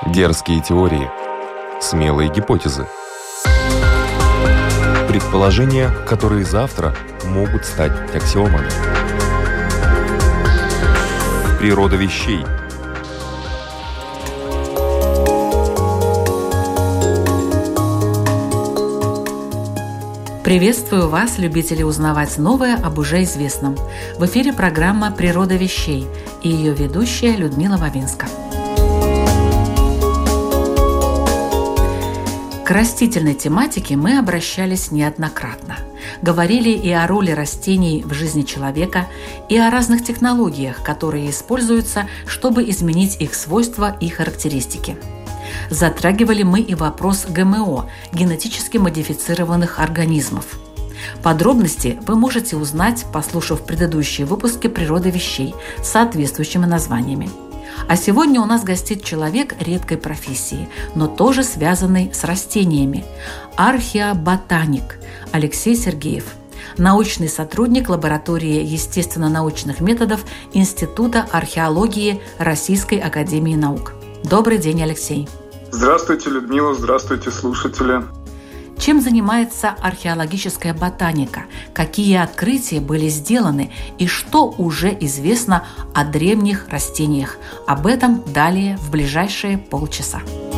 Дерзкие теории, смелые гипотезы, предположения, которые завтра могут стать аксиомами. Природа вещей. Приветствую вас, любители узнавать новое об уже известном. В эфире программа «Природа вещей» и ее ведущая Людмила Вавинска. К растительной тематике мы обращались неоднократно. Говорили и о роли растений в жизни человека, и о разных технологиях, которые используются, чтобы изменить их свойства и характеристики. Затрагивали мы и вопрос ГМО – генетически модифицированных организмов. Подробности вы можете узнать, послушав предыдущие выпуски «Природы вещей» с соответствующими названиями. А сегодня у нас гостит человек редкой профессии, но тоже связанный с растениями – археоботаник Алексей Сергеев, научный сотрудник лаборатории естественно-научных методов Института археологии Российской академии наук. Добрый день, Алексей. Здравствуйте, Людмила, здравствуйте, слушатели. Чем занимается археологическая ботаника? Какие открытия были сделаны и что уже известно о древних растениях? Об этом далее в ближайшие полчаса.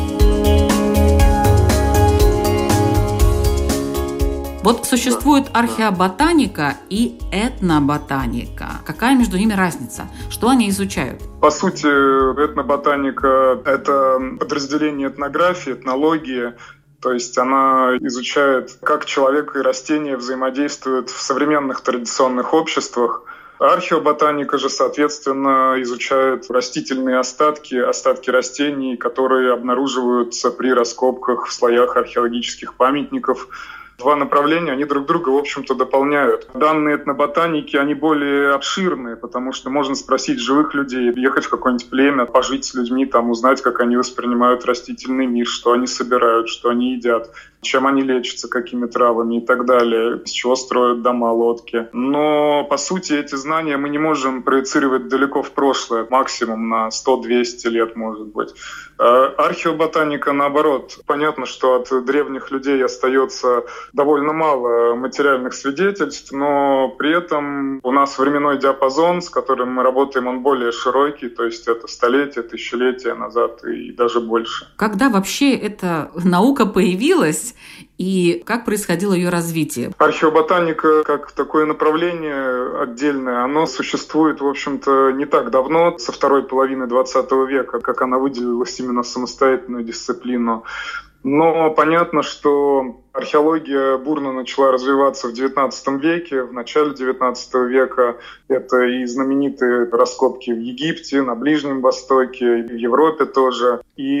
Вот существует археоботаника и этноботаника. Какая между ними разница? Что они изучают? По сути, этноботаника – это подразделение этнографии, этнологии. То есть она изучает, как человек и растения взаимодействуют в современных традиционных обществах. Археоботаника же, соответственно, изучает растительные остатки растений, которые обнаруживаются при раскопках в слоях археологических памятников. Два направления, они друг друга, в общем-то, дополняют. Данные этноботаники, они более обширные, потому что можно спросить живых людей, ехать в какое-нибудь племя, пожить с людьми, там, узнать, как они воспринимают растительный мир, что они собирают, что они едят, чем они лечатся, какими травами и так далее, из чего строят дома, лодки. Но, по сути, эти знания мы не можем проецировать далеко в прошлое, максимум на 100-200 лет, может быть. Археоботаника, наоборот. Понятно, что от древних людей остается довольно мало материальных свидетельств, но при этом у нас временной диапазон, с которым мы работаем, он более широкий, то есть это столетия, тысячелетия назад и даже больше. Когда вообще эта наука появилась и как происходило ее развитие? Археоботаника, как такое направление отдельное, оно существует, в общем-то, не так давно, со второй половины XX века, как она выделилась именно в самостоятельную дисциплину. Но понятно, что археология бурно начала развиваться в XIX веке, в начале XIX века. Это и знаменитые раскопки в Египте, на Ближнем Востоке, в Европе тоже. И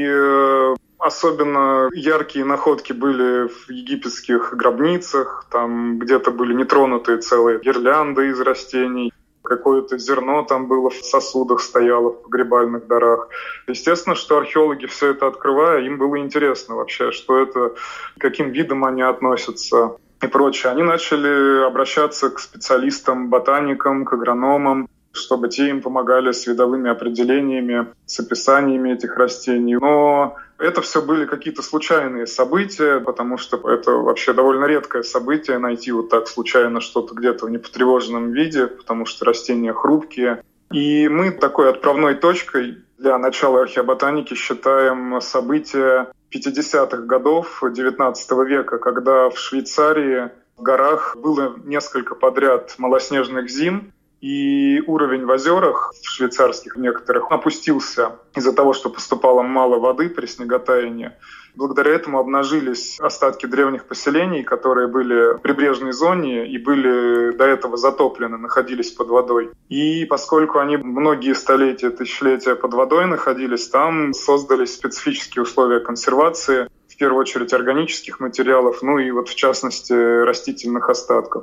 особенно яркие находки были в египетских гробницах, там где-то были нетронутые целые гирлянды из растений. Какое-то зерно там было в сосудах, стояло в погребальных дарах. Естественно, что археологи все это открывая, им было интересно вообще, что это, к каким видам они относятся и прочее. Они начали обращаться к специалистам, ботаникам, к агрономам, чтобы те им помогали с видовыми определениями, с описаниями этих растений. Но это все были какие-то случайные события, потому что это вообще довольно редкое событие, найти вот так случайно что-то где-то в непотревоженном виде, потому что растения хрупкие. И мы такой отправной точкой для начала археоботаники считаем события 50-х годов XIX века, когда в Швейцарии в горах было несколько подряд малоснежных зим, и уровень в озерах, в швейцарских некоторых, опустился из-за того, что поступало мало воды при снеготаянии. Благодаря этому обнажились остатки древних поселений, которые были в прибрежной зоне и были до этого затоплены, находились под водой. И поскольку они многие столетия, тысячелетия под водой находились, там создались специфические условия консервации, в первую очередь органических материалов, ну и вот в частности растительных остатков.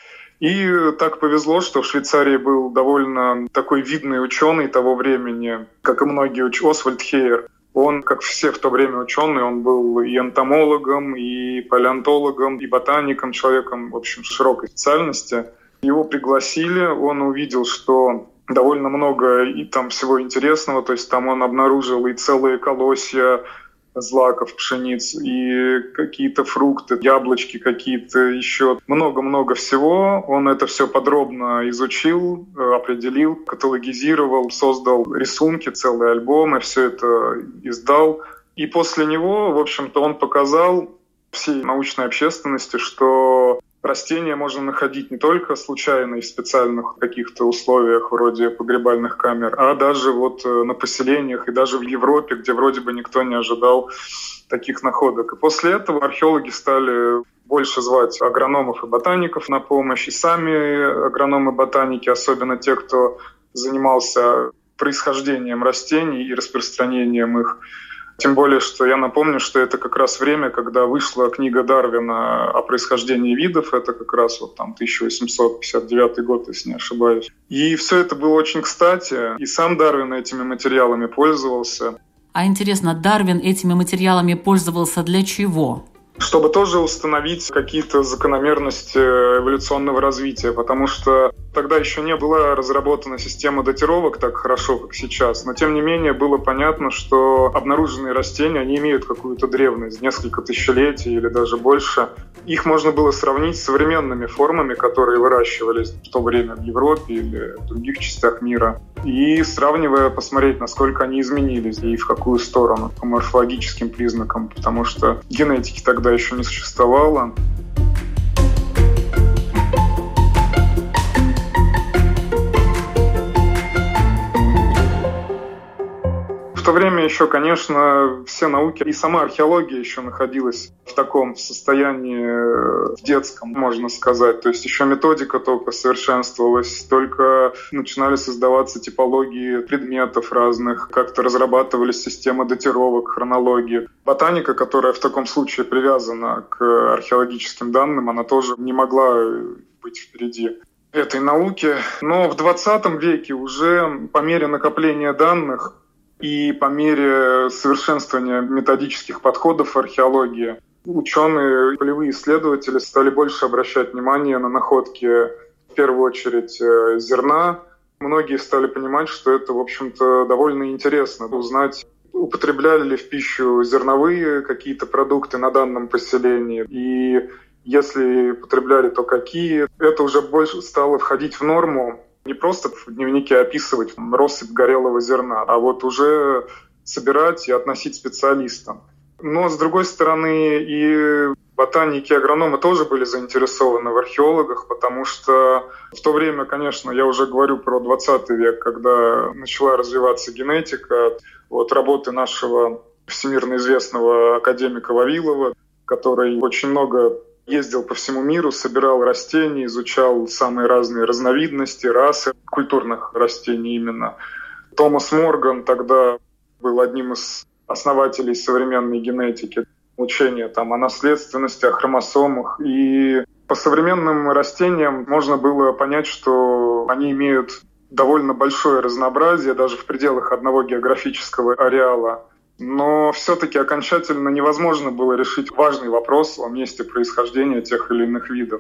И так повезло, что в Швейцарии был довольно такой видный ученый того времени, как и многие Освальд Хейер. Он, как все в то время ученые, он был и энтомологом, и палеонтологом, и ботаником, человеком, в общем, широкой специальности. Его пригласили, он увидел, что довольно много и там всего интересного. То есть там он обнаружил и целые колосья злаков, пшениц, и какие-то фрукты, яблочки какие-то, еще много-много всего. Он это все подробно изучил, определил, каталогизировал, создал рисунки, целые альбомы, все это издал. И после него, в общем-то, он показал всей научной общественности, что растения можно находить не только случайно и в специальных каких-то условиях вроде погребальных камер, а даже вот на поселениях и даже в Европе, где вроде бы никто не ожидал таких находок. И после этого археологи стали больше звать агрономов и ботаников на помощь. И сами агрономы-ботаники, особенно те, кто занимался происхождением растений и распространением их. Тем более, что я напомню, что это как раз время, когда вышла книга Дарвина о происхождении видов. Это как раз вот там 1859 год, если не ошибаюсь. И все это было очень кстати. И сам Дарвин этими материалами пользовался. А интересно, Дарвин этими материалами пользовался для чего? Чтобы тоже установить какие-то закономерности эволюционного развития, потому что тогда еще не была разработана система датировок так хорошо, как сейчас. Но тем не менее было понятно, что обнаруженные растения, они имеют какую-то древность, несколько тысячелетий или даже больше. Их можно было сравнить с современными формами, которые выращивались в то время в Европе или в других частях мира. И сравнивая, посмотреть, насколько они изменились и в какую сторону по морфологическим признакам, потому что генетики тогда еще не существовало. В то время еще, конечно, все науки и сама археология еще находилась в таком состоянии детском, можно сказать. То есть еще методика только совершенствовалась, только начинали создаваться типологии предметов разных, как-то разрабатывались системы датировок, хронологии. Ботаника, которая в таком случае привязана к археологическим данным, она тоже не могла быть впереди этой науки. Но в 20 веке уже по мере накопления данных и по мере совершенствования методических подходов в археологии ученые, полевые исследователи стали больше обращать внимание на находки, в первую очередь, зерна. Многие стали понимать, что это, в общем-то, довольно интересно узнать, употребляли ли в пищу зерновые какие-то продукты на данном поселении. И если употребляли, то какие. Это уже больше стало входить в норму. Не просто в дневнике описывать россыпь горелого зерна, а вот уже собирать и относить специалистам. Но, с другой стороны, и ботаники, и агрономы тоже были заинтересованы в археологах, потому что в то время, конечно, я уже говорю про 20 век, когда начала развиваться генетика, вот работы нашего всемирно известного академика Вавилова, который очень много ездил по всему миру, собирал растения, изучал самые разные разновидности, расы культурных растений именно. Томас Морган тогда был одним из основателей современной генетики, учения там о наследственности, о хромосомах. И по современным растениям можно было понять, что они имеют довольно большое разнообразие, даже в пределах одного географического ареала. Но все-таки окончательно невозможно было решить важный вопрос о месте происхождения тех или иных видов.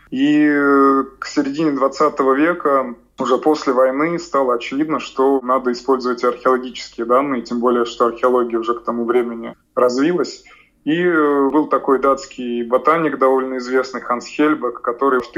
И к середине 20 века, уже после войны, стало очевидно, что надо использовать археологические данные, тем более, что археология уже к тому времени развилась. И был такой датский ботаник, довольно известный, Ханс Хельбек, который в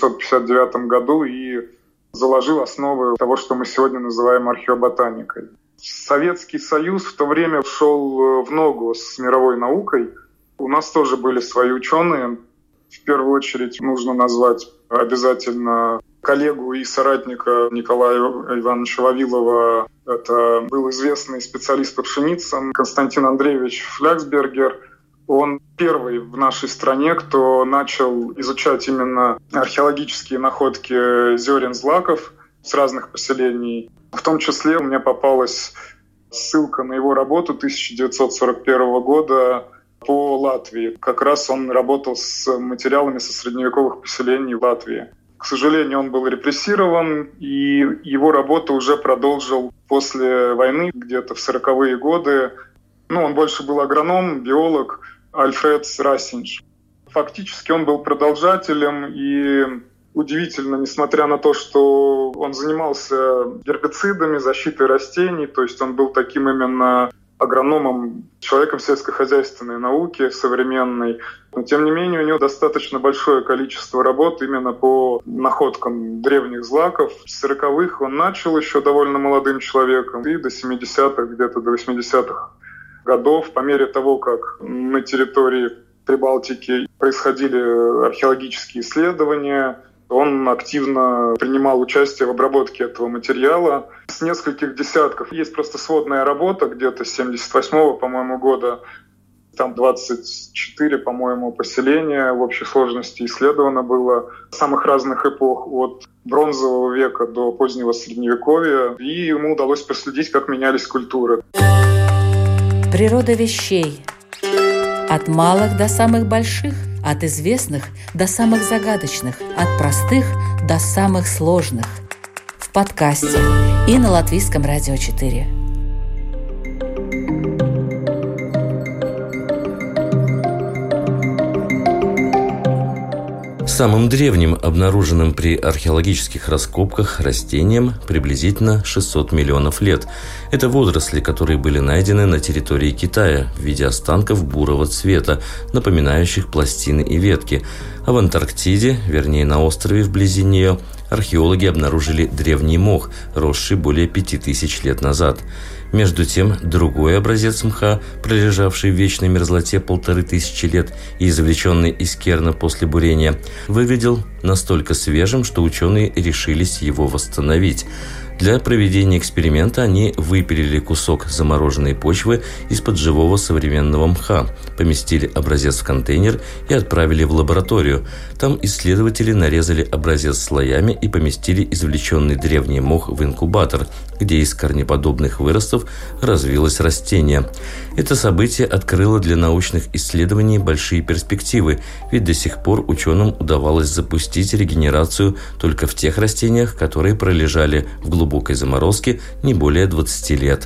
1959 году и заложил основы того, что мы сегодня называем археоботаникой. Советский Союз в то время шел в ногу с мировой наукой. У нас тоже были свои ученые. В первую очередь нужно назвать обязательно коллегу и соратника Николая Ивановича Вавилова. Это был известный специалист по пшеницам Константин Андреевич Фляксбергер. Он первый в нашей стране, кто начал изучать именно археологические находки зерен злаков с разных поселений. В том числе у меня попалась ссылка на его работу 1941 года по Латвии. Как раз он работал с материалами со средневековых поселений в Латвии. К сожалению, он был репрессирован, и его работу уже продолжил после войны, где-то в 40-е годы. Он больше был агроном, биолог, Альфред Рассинж. Фактически он был продолжателем и удивительно, несмотря на то, что он занимался гербицидами, защитой растений, то есть он был таким именно агрономом, человеком сельскохозяйственной науки современной. Но, тем не менее, у него достаточно большое количество работ именно по находкам древних злаков. С 40-х он начал еще довольно молодым человеком, и до 70-х, где-то до 80-х годов, по мере того, как на территории Прибалтики происходили археологические исследования, он активно принимал участие в обработке этого материала. С нескольких десятков. Есть просто сводная работа где-то с 78-го, по-моему, года. Там 24, по-моему, поселения в общей сложности исследовано было самых разных эпох, от бронзового века до позднего средневековья. И ему удалось проследить, как менялись культуры. Природа вещей. От малых до самых больших, от известных до самых загадочных, от простых до самых сложных. В подкасте и на Латвийском радио 4. Самым древним обнаруженным при археологических раскопках растением приблизительно 600 миллионов лет. Это водоросли, которые были найдены на территории Китая в виде останков бурого цвета, напоминающих пластины и ветки. А в Антарктиде, вернее на острове вблизи нее, археологи обнаружили древний мох, росший более 5000 лет назад. Между тем, другой образец мха, пролежавший в вечной мерзлоте 1500 лет и извлеченный из керна после бурения, выглядел настолько свежим, что ученые решились его восстановить. Для проведения эксперимента они выпилили кусок замороженной почвы из-под живого современного мха, поместили образец в контейнер и отправили в лабораторию. Там исследователи нарезали образец слоями и поместили извлеченный древний мох в инкубатор, где из корнеподобных выростов развилось растение. Это событие открыло для научных исследований большие перспективы, ведь до сих пор ученым удавалось запустить регенерацию только в тех растениях, которые пролежали в глубокой заморозке не более 20 лет.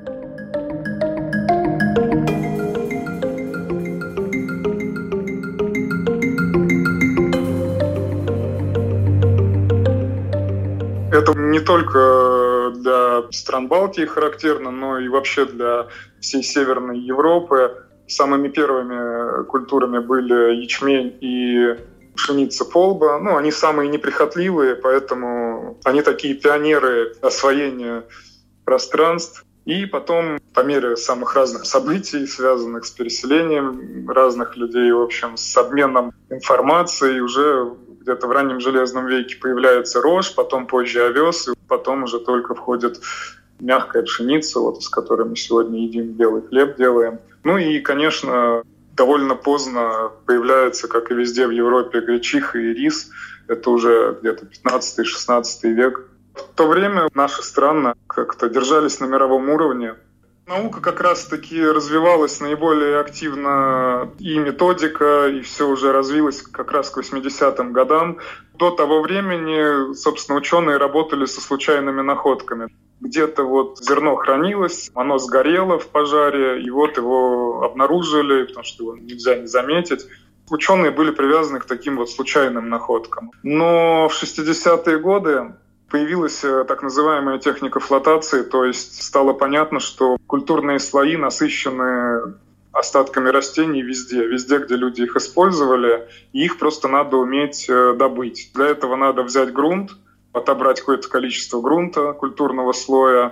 Это не только для стран Балтии характерно, но и вообще для всей Северной Европы. Самыми первыми культурами были ячмень и пшеница полба. Они самые неприхотливые, поэтому они такие пионеры освоения пространств. И потом, по мере самых разных событий, связанных с переселением разных людей, в общем, с обменом информацией, уже где-то в раннем Железном веке появляется рожь, потом позже овес, и потом уже только входит мягкая пшеница, из которой мы сегодня едим, белый хлеб делаем. И, конечно, довольно поздно появляется, как и везде в Европе, гречиха и рис. Это уже где-то 15-16 век. В то время наши страны как-то держались на мировом уровне. Наука как раз-таки развивалась наиболее активно, и методика, и все уже развилось как раз к 80-м годам. До того времени, собственно, ученые работали со случайными находками. Где-то зерно хранилось, оно сгорело в пожаре, и его обнаружили, потому что его нельзя не заметить. Ученые были привязаны к таким случайным находкам. Но в 60-е годы появилась так называемая техника флотации, то есть стало понятно, что культурные слои насыщены остатками растений везде, где люди их использовали, и их просто надо уметь добыть. Для этого надо взять грунт, отобрать какое-то количество грунта, культурного слоя,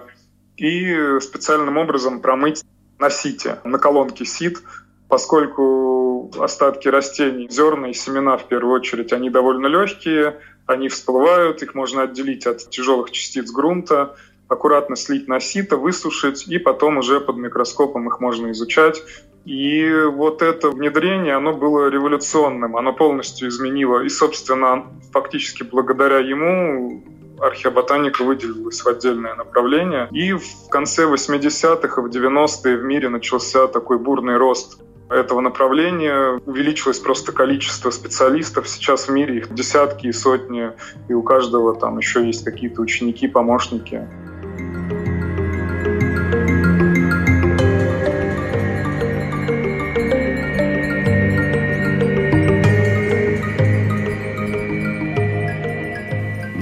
и специальным образом промыть на сите, на колонке сит, поскольку остатки растений, зерна и семена в первую очередь, они довольно легкие, они всплывают, их можно отделить от тяжелых частиц грунта, аккуратно слить на сито, высушить, и потом уже под микроскопом их можно изучать. И это внедрение, оно было революционным, оно полностью изменило. И, собственно, фактически благодаря ему археоботаника выделилась в отдельное направление. И в конце 80-х и в 90-е в мире начался такой бурный рост этого направления. Увеличилось просто количество специалистов. Сейчас в мире их десятки и сотни, и у каждого там еще есть какие-то ученики, помощники.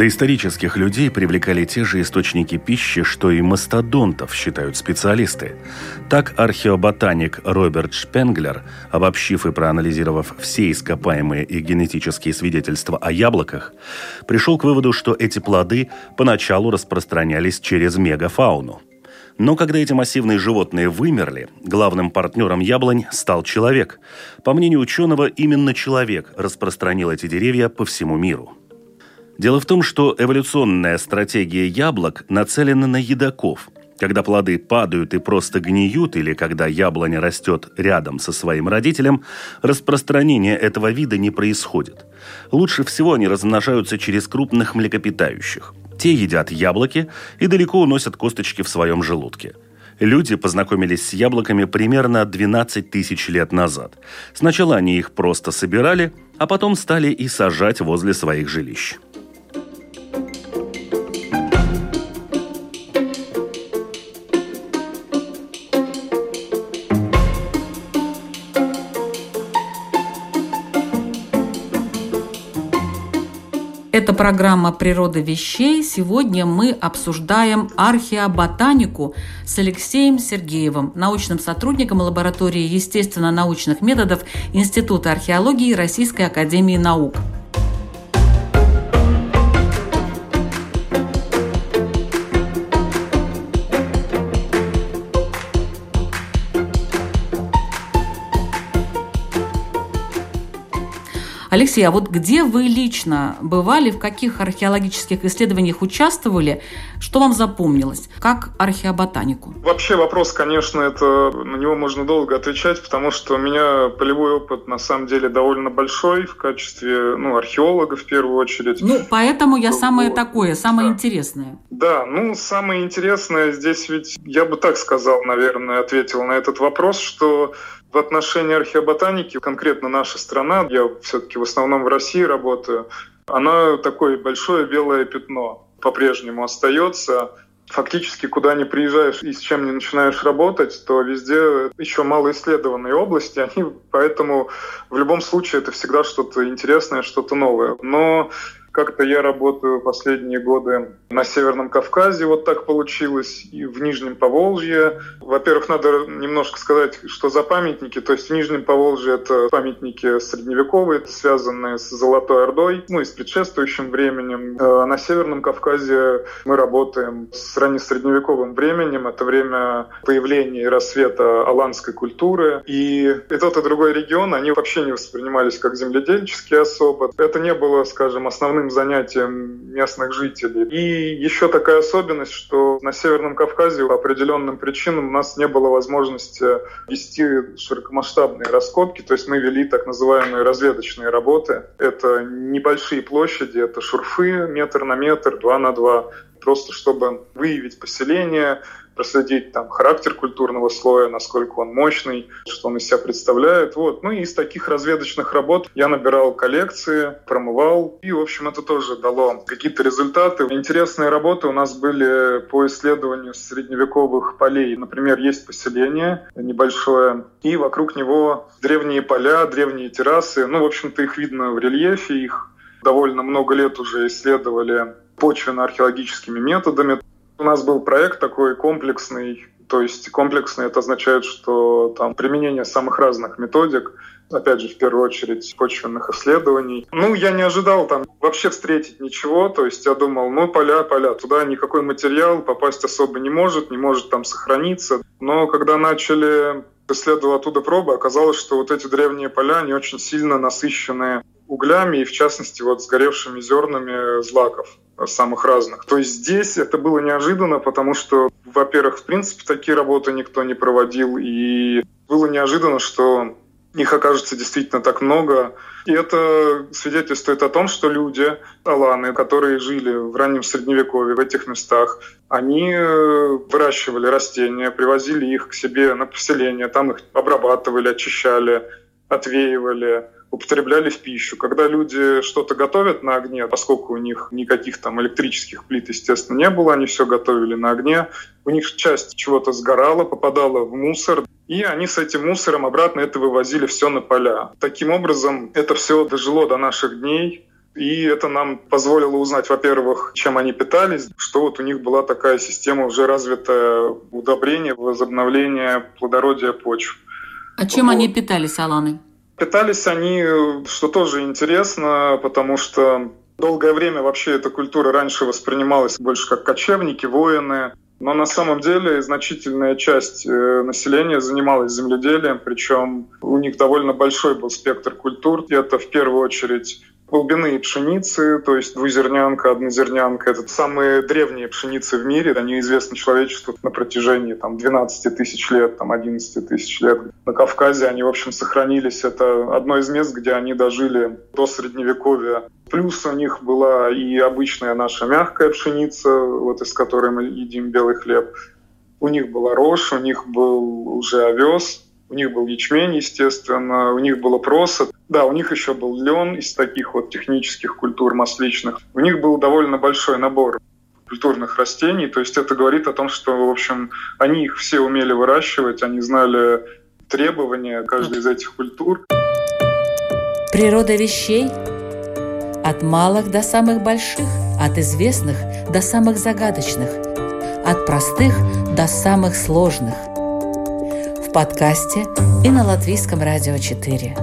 Доисторических людей привлекали те же источники пищи, что и мастодонтов, считают специалисты. Так археоботаник Роберт Шпенглер, обобщив и проанализировав все ископаемые и генетические свидетельства о яблоках, пришел к выводу, что эти плоды поначалу распространялись через мегафауну. Но когда эти массивные животные вымерли, главным партнером яблонь стал человек. По мнению ученого, именно человек распространил эти деревья по всему миру. Дело в том, что эволюционная стратегия яблок нацелена на едоков. Когда плоды падают и просто гниют, или когда яблоня растет рядом со своим родителем, распространение этого вида не происходит. Лучше всего они размножаются через крупных млекопитающих. Те едят яблоки и далеко уносят косточки в своем желудке. Люди познакомились с яблоками примерно 12 тысяч лет назад. Сначала они их просто собирали, а потом стали и сажать возле своих жилищ. Это программа «Природа вещей». Сегодня мы обсуждаем археоботанику с Алексеем Сергеевым, научным сотрудником лаборатории естественно-научных методов Института археологии Российской академии наук. Алексей, а вот где вы лично бывали, в каких археологических исследованиях участвовали, что вам запомнилось, как археоботанику? Вообще вопрос, конечно, на него можно долго отвечать, потому что у меня полевой опыт на самом деле довольно большой в качестве археолога в первую очередь. Поэтому я самое интересное. Да, самое интересное здесь ведь, я бы так сказал, наверное, ответил на этот вопрос, что в отношении археоботаники, конкретно наша страна, я все-таки в основном в России работаю, она такое большое белое пятно по-прежнему остается. Фактически, куда ни приезжаешь и с чем не начинаешь работать, то везде еще малоисследованные области, поэтому в любом случае это всегда что-то интересное, что-то новое. Но как-то я работаю последние годы на Северном Кавказе, вот так получилось, и в Нижнем Поволжье. Во-первых, надо немножко сказать, что за памятники. То есть в Нижнем Поволжье это памятники средневековые, связанные с Золотой Ордой, и с предшествующим временем. А на Северном Кавказе мы работаем с раннесредневековым временем. Это время появления и рассвета аланской культуры. И тот, и другой регион, они вообще не воспринимались как земледельческие особо. Это не было, скажем, основным занятием местных жителей. И еще такая особенность, что на Северном Кавказе по определенным причинам у нас не было возможности вести широкомасштабные раскопки, то есть мы вели так называемые разведочные работы. Это небольшие площади, это шурфы метр на метр, 2 на 2, просто чтобы выявить поселение, проследить характер культурного слоя, насколько он мощный, что он из себя представляет. И из таких разведочных работ я набирал коллекции, промывал, и, в общем, это тоже дало какие-то результаты. Интересные работы у нас были по исследованию средневековых полей. Например, есть поселение небольшое, и вокруг него древние поля, древние террасы. В общем-то, их видно в рельефе, их довольно много лет уже исследовали почвенно-археологическими методами. У нас был проект такой комплексный, то есть комплексный это означает, что там применение самых разных методик, опять же, в первую очередь, почвенных исследований. Я не ожидал там вообще встретить ничего, то есть я думал, поля, туда никакой материал попасть особо не может там сохраниться. Но когда начали исследовать оттуда пробы, оказалось, что эти древние поля, они очень сильно насыщены углями и, в частности, сгоревшими зернами злаков самых разных. То есть здесь это было неожиданно, потому что, во-первых, в принципе, такие работы никто не проводил, и было неожиданно, что их окажется действительно так много. И это свидетельствует о том, что люди, аланы, которые жили в раннем Средневековье в этих местах, они выращивали растения, привозили их к себе на поселение, там их обрабатывали, очищали, отвеивали, употребляли в пищу. Когда люди что-то готовят на огне, поскольку у них никаких электрических плит, естественно, не было, они все готовили на огне, у них часть чего-то сгорала, попадала в мусор, и они с этим мусором обратно это вывозили все на поля. Таким образом, это все дожило до наших дней. И это нам позволило узнать, во-первых, чем они питались, что вот у них была такая система уже развитая удобрения, возобновления плодородия почв. А чем они питались, Аланы? Питались они, что тоже интересно, потому что долгое время вообще эта культура раньше воспринималась больше как кочевники, воины. Но на самом деле значительная часть населения занималась земледелием, причем у них довольно большой был спектр культур. Это в первую очередь глубинные пшеницы, то есть двузернянка, однозернянка. Это самые древние пшеницы в мире. Они известны человечеству на протяжении 12 тысяч лет, 11 тысяч лет. На Кавказе они, в общем, сохранились. Это одно из мест, где они дожили до Средневековья. Плюс у них была и обычная наша мягкая пшеница, вот из которой мы едим белый хлеб. У них была рожь, у них был уже овес. У них был ячмень, естественно, у них было просо. Да, у них еще был лен из таких вот технических культур масличных. У них был довольно большой набор культурных растений. То есть это говорит о том, что, в общем, они их все умели выращивать, они знали требования каждой из этих культур. Природа вещей от малых до самых больших, от известных до самых загадочных, от простых до самых сложных. В подкасте и на Латвийском радио 4.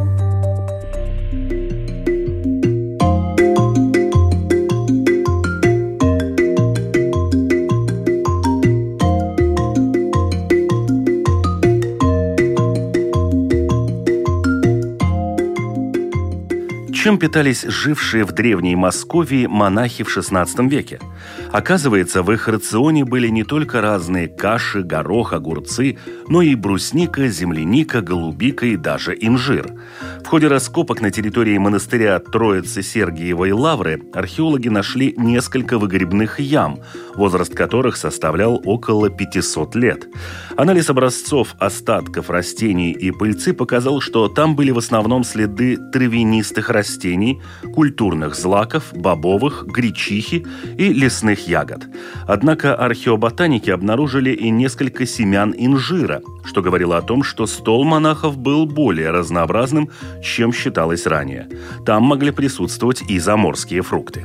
Чем питались жившие в Древней Московии монахи в XVI веке? Оказывается, в их рационе были не только разные каши, горох, огурцы, но и брусника, земляника, голубика и даже инжир. В ходе раскопок на территории монастыря Троицы-Сергиевой Лавры археологи нашли несколько выгребных ям, возраст которых составлял около 500 лет. Анализ образцов остатков растений и пыльцы показал, что там были в основном следы травянистых растений, культурных злаков, бобовых, гречихи и лесных ягод. Однако археоботаники обнаружили и несколько семян инжира, что говорило о том, что стол монахов был более разнообразным, чем считалось ранее. Там могли присутствовать и заморские фрукты.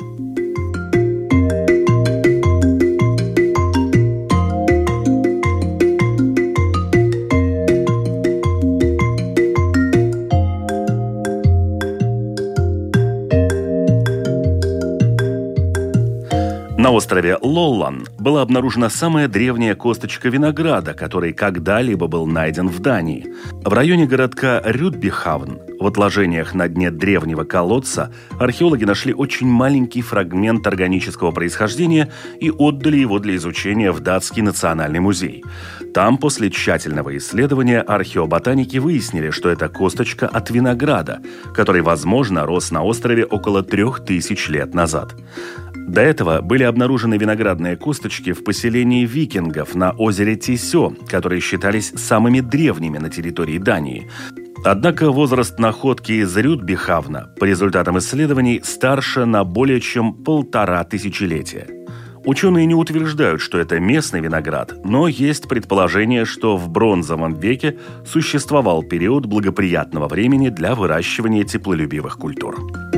На острове Лоллан была обнаружена самая древняя косточка винограда, который когда-либо был найден в Дании. В районе городка Рюдбихавн, в отложениях на дне древнего колодца, археологи нашли очень маленький фрагмент органического происхождения и отдали его для изучения в Датский национальный музей. Там, после тщательного исследования, археоботаники выяснили, что это косточка от винограда, который, возможно, рос на острове около 3000 лет назад. До этого были обнаружены виноградные косточки в поселении викингов на озере Тисё, которые считались самыми древними на территории Дании. Однако возраст находки из Рюдбихавна по результатам исследований старше на более чем 1,5 тысячелетия. Ученые не утверждают, что это местный виноград, но есть предположение, что в бронзовом веке существовал период благоприятного времени для выращивания теплолюбивых культур.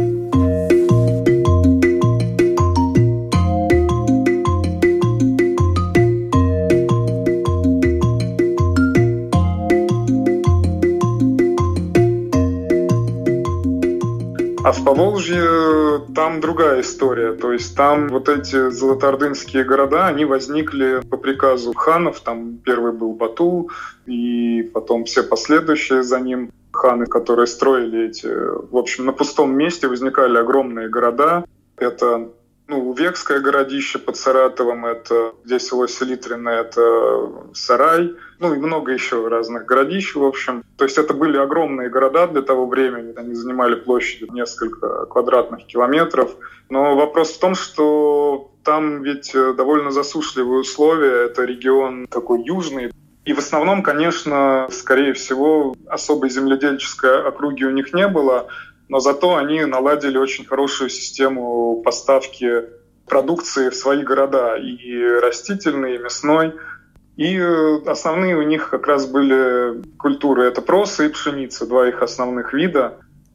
А в Поволжье там другая история. То есть там вот эти золотоордынские города, они возникли по приказу ханов. Там первый был Бату, и потом все последующие за ним ханы, которые строили эти... В общем, на пустом месте возникали огромные города. Это Увекское городище под Саратовом, это где село Селитрино, это Сарай, и много еще разных городищ, в общем. То есть это были огромные города для того времени, они занимали площадь несколько квадратных километров. Но вопрос в том, что там ведь довольно засушливые условия, это регион такой южный. И в основном, конечно, скорее всего, особой земледельческой округи у них не было, но зато они наладили очень хорошую систему поставки продукции в свои города, и растительной, и мясной. И основные у них как раз были культуры – это проса и пшеница, два их основных вида.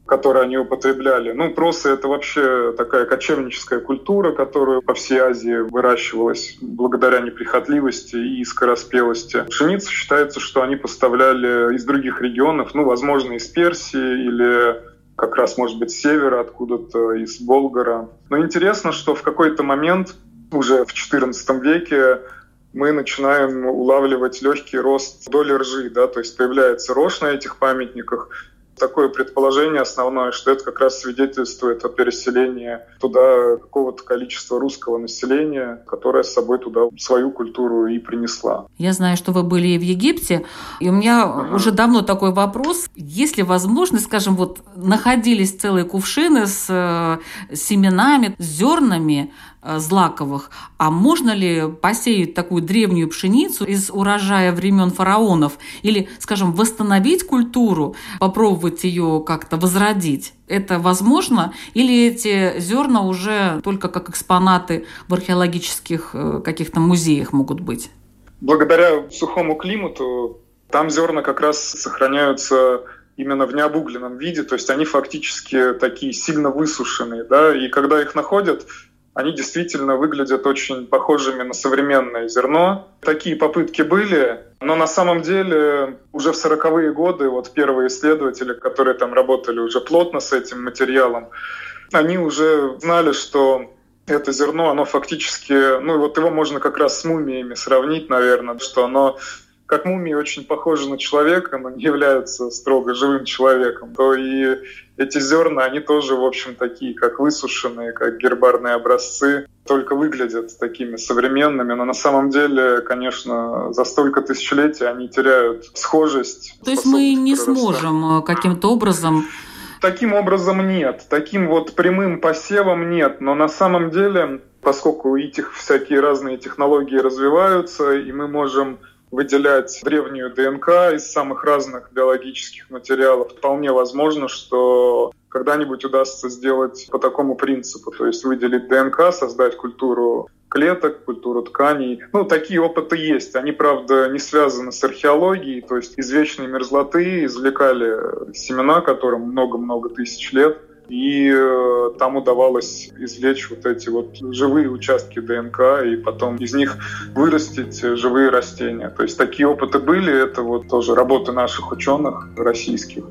которые они употребляли. Просы — это вообще такая кочевническая культура, которая по всей Азии выращивалась благодаря неприхотливости и скороспелости. Пшеницу считается, что они поставляли из других регионов, возможно, из Персии или как раз, может быть, с севера, откуда-то из Болгара. Но интересно, что в какой-то момент, уже в XIV веке, мы начинаем улавливать легкий рост доли ржи, то есть появляется рожь на этих памятниках. Такое предположение основное, что это как раз свидетельствует о переселении туда какого-то количества русского населения, которое с собой туда свою культуру и принесла. Я знаю, что вы были и в Египте, и у меня уже давно такой вопрос. Есть ли возможность, скажем, находились целые кувшины с семенами, с зернами злаковых, а можно ли посеять такую древнюю пшеницу из урожая времен фараонов или, скажем, восстановить культуру, попробовать ее как-то возродить? Это возможно? Или эти зерна уже только как экспонаты в археологических каких-то музеях могут быть? Благодаря сухому климату там зерна как раз сохраняются именно в необугленном виде, то есть они фактически такие сильно высушенные, и когда их находят, они действительно выглядят очень похожими на современное зерно. Такие попытки были, но на самом деле уже в 40-е годы первые исследователи, которые там работали уже плотно с этим материалом, они уже знали, что это зерно, оно фактически, его можно как раз с мумиями сравнить, наверное, что оно как мумии очень похожи на человека, но не являются строго живым человеком, то и эти зерна, они тоже, в общем, такие, как высушенные, как гербарные образцы, только выглядят такими современными, но на самом деле, конечно, за столько тысячелетий они теряют схожесть. То есть мы не сможем каким-то образом... Таким образом нет, таким прямым посевом нет, но на самом деле, поскольку этих всякие разные технологии развиваются, и мы можем выделять древнюю ДНК из самых разных биологических материалов, вполне возможно, что когда-нибудь удастся сделать по такому принципу, то есть выделить ДНК, создать культуру клеток, культуру тканей. Такие опыты есть. Они, правда, не связаны с археологией, то есть из вечной мерзлоты извлекали семена, которым много-много тысяч лет, и там удавалось извлечь эти живые участки ДНК и потом из них вырастить живые растения. То есть такие опыты были, это тоже работы наших ученых российских.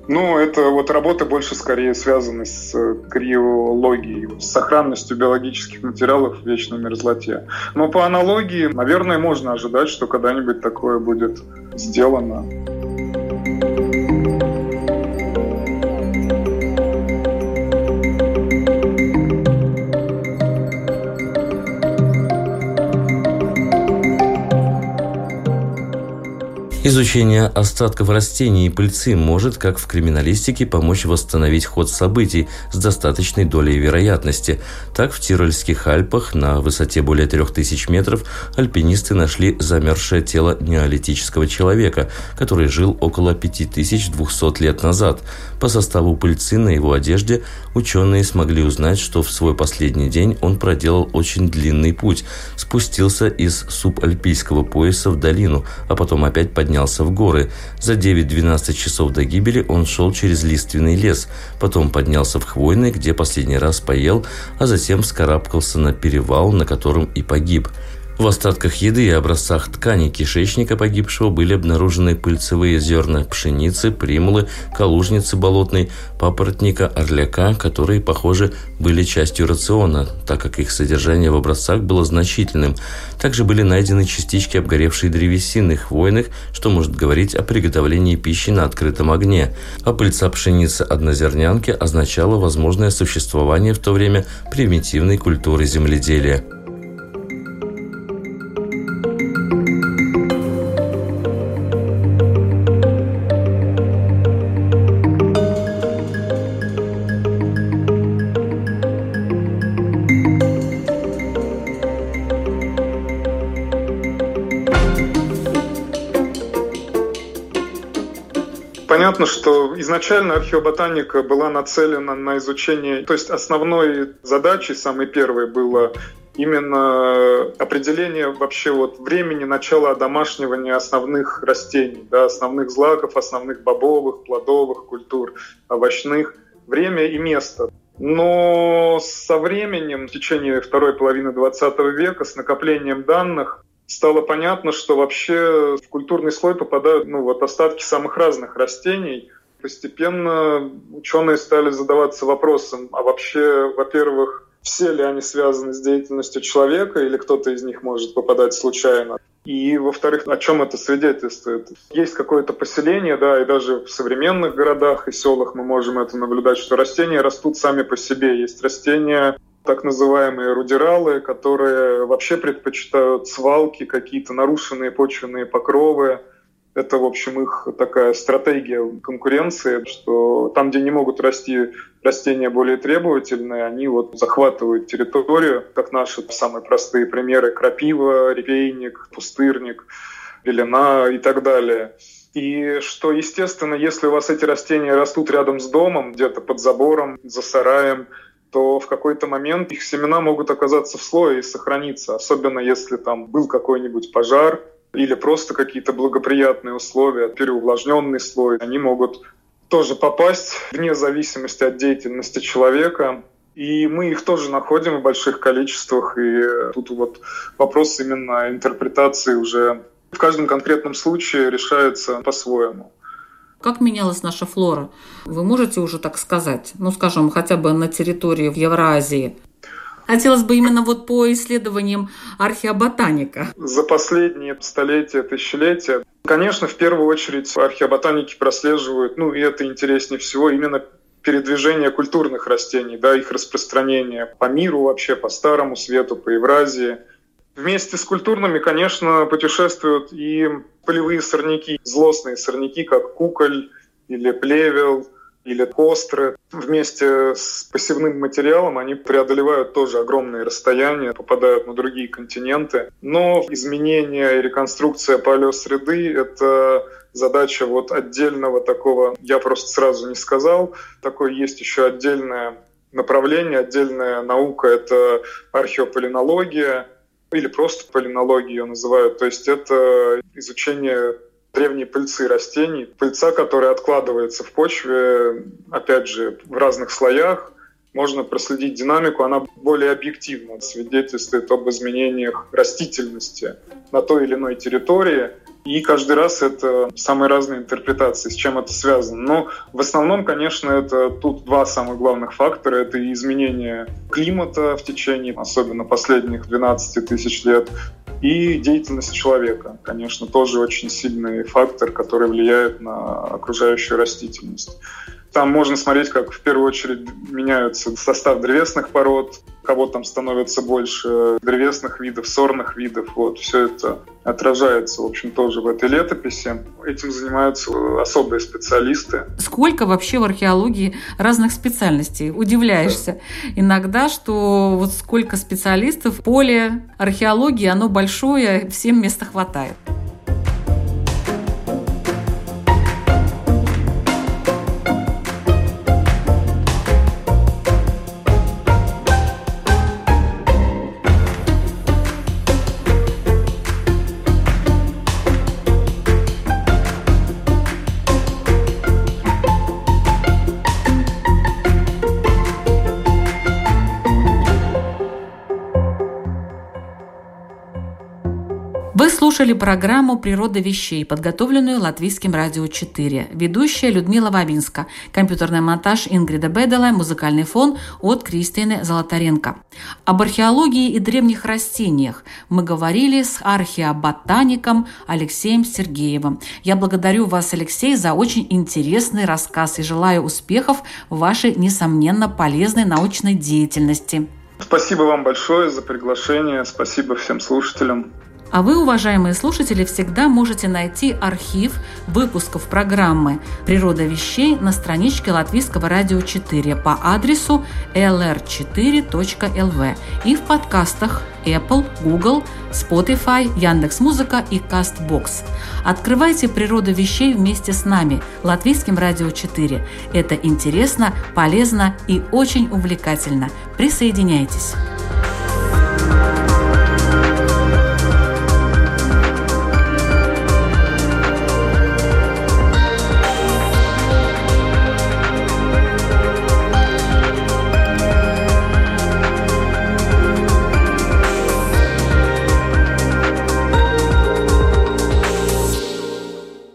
Это работы больше скорее связаны с криологией, с сохранностью биологических материалов в вечной мерзлоте. Но по аналогии, наверное, можно ожидать, что когда-нибудь такое будет сделано. Изучение остатков растений и пыльцы может, как в криминалистике, помочь восстановить ход событий с достаточной долей вероятности. Так, в Тирольских Альпах на высоте более 3000 метров альпинисты нашли замерзшее тело неолитического человека, который жил около 5200 лет назад. По составу пыльцы на его одежде ученые смогли узнать, что в свой последний день он проделал очень длинный путь, спустился из субальпийского пояса в долину, а потом опять поднялся в горы. За 9-12 часов до гибели он шел через лиственный лес, потом поднялся в хвойный, где последний раз поел, а затем вскарабкался на перевал, на котором и погиб. В остатках еды и образцах тканей кишечника погибшего были обнаружены пыльцевые зерна пшеницы, примулы, калужницы болотной, папоротника, орляка, которые, похоже, были частью рациона, так как их содержание в образцах было значительным. Также были найдены частички обгоревшей древесины хвойных, что может говорить о приготовлении пищи на открытом огне. А пыльца пшеницы однозернянки означала возможное существование в то время примитивной культуры земледелия. Понятно, что изначально археоботаника была нацелена на изучение, то есть основной задачей, самой первой, было именно определение вообще времени начала одомашнивания основных растений, основных злаков, основных бобовых, плодовых культур, овощных. время и место. Но со временем, в течение второй половины 20 века, с накоплением данных, стало понятно, что вообще в культурный слой попадают остатки самых разных растений. Постепенно ученые стали задаваться вопросом, а вообще, во-первых, все ли они связаны с деятельностью человека, или кто-то из них может попадать случайно? И, во-вторых, о чем это свидетельствует? Есть какое-то поселение, да, и даже в современных городах и селах мы можем это наблюдать, что растения растут сами по себе. Есть растения, так называемые рудералы, которые вообще предпочитают свалки, какие-то нарушенные почвенные покровы. Это, в общем, их такая стратегия конкуренции, что там, где не могут расти растения более требовательные, они захватывают территорию, как наши самые простые примеры: крапива, репейник, пустырник, белена и так далее. И что, естественно, если у вас эти растения растут рядом с домом, где-то под забором, за сараем, то в какой-то момент их семена могут оказаться в слое и сохраниться, особенно если там был какой-нибудь пожар, или просто какие-то благоприятные условия, переувлажненный слой, они могут тоже попасть вне зависимости от деятельности человека. И мы их тоже находим в больших количествах. И тут вопрос именно интерпретации уже в каждом конкретном случае решается по-своему. Как менялась наша флора? Вы можете уже так сказать? Скажем, хотя бы на территории Евразии. Хотелось бы именно по исследованиям археоботаника. За последние столетия, тысячелетия, конечно, в первую очередь археоботаники прослеживают, и это интереснее всего, именно передвижение культурных растений, да, их распространение по миру вообще, по Старому Свету, по Евразии. Вместе с культурными, конечно, путешествуют и полевые сорняки, злостные сорняки, как куколь или плевел, или костры. Вместе с посевным материалом они преодолевают тоже огромные расстояния, попадают на другие континенты. Но изменение и реконструкция палеосреды — это задача отдельного такого, я просто сразу не сказал. Такое есть еще отдельное направление, отдельная наука — это археополинология, или просто полинология ее называют. То есть это изучение древние пыльцы растений, пыльца, которая откладывается в почве, опять же, в разных слоях. Можно проследить динамику, она более объективно свидетельствует об изменениях растительности на той или иной территории. И каждый раз это самые разные интерпретации, с чем это связано. Но в основном, конечно, это тут два самых главных фактора. Это и изменение климата в течение, особенно последних 12 тысяч лет, и деятельность человека, конечно, тоже очень сильный фактор, который влияет на окружающую растительность. Там можно смотреть, как в первую очередь меняется состав древесных пород, кого там становится больше древесных видов, сорных видов. Все это отражается, в общем, тоже в этой летописи. Этим занимаются особые специалисты. Сколько вообще в археологии разных специальностей? Удивляешься иногда, что сколько специалистов. Поле археологии, оно большое, всем места хватает. Вы слушали программу «Природа вещей», подготовленную Латвийским радио 4. Ведущая Людмила Вавинска. Компьютерный монтаж Ингрида Бедела. Музыкальный фон от Кристины Золотаренко. Об археологии и древних растениях мы говорили с археоботаником Алексеем Сергеевым. Я благодарю вас, Алексей, за очень интересный рассказ и желаю успехов в вашей, несомненно, полезной научной деятельности. Спасибо вам большое за приглашение. Спасибо всем слушателям. А вы, уважаемые слушатели, всегда можете найти архив выпусков программы «Природа вещей» на страничке Латвийского радио 4 по адресу lr4.lv и в подкастах Apple, Google, Spotify, Яндекс.Музыка и Castbox. Открывайте «Природу вещей» вместе с нами, Латвийским радио 4. Это интересно, полезно и очень увлекательно. Присоединяйтесь!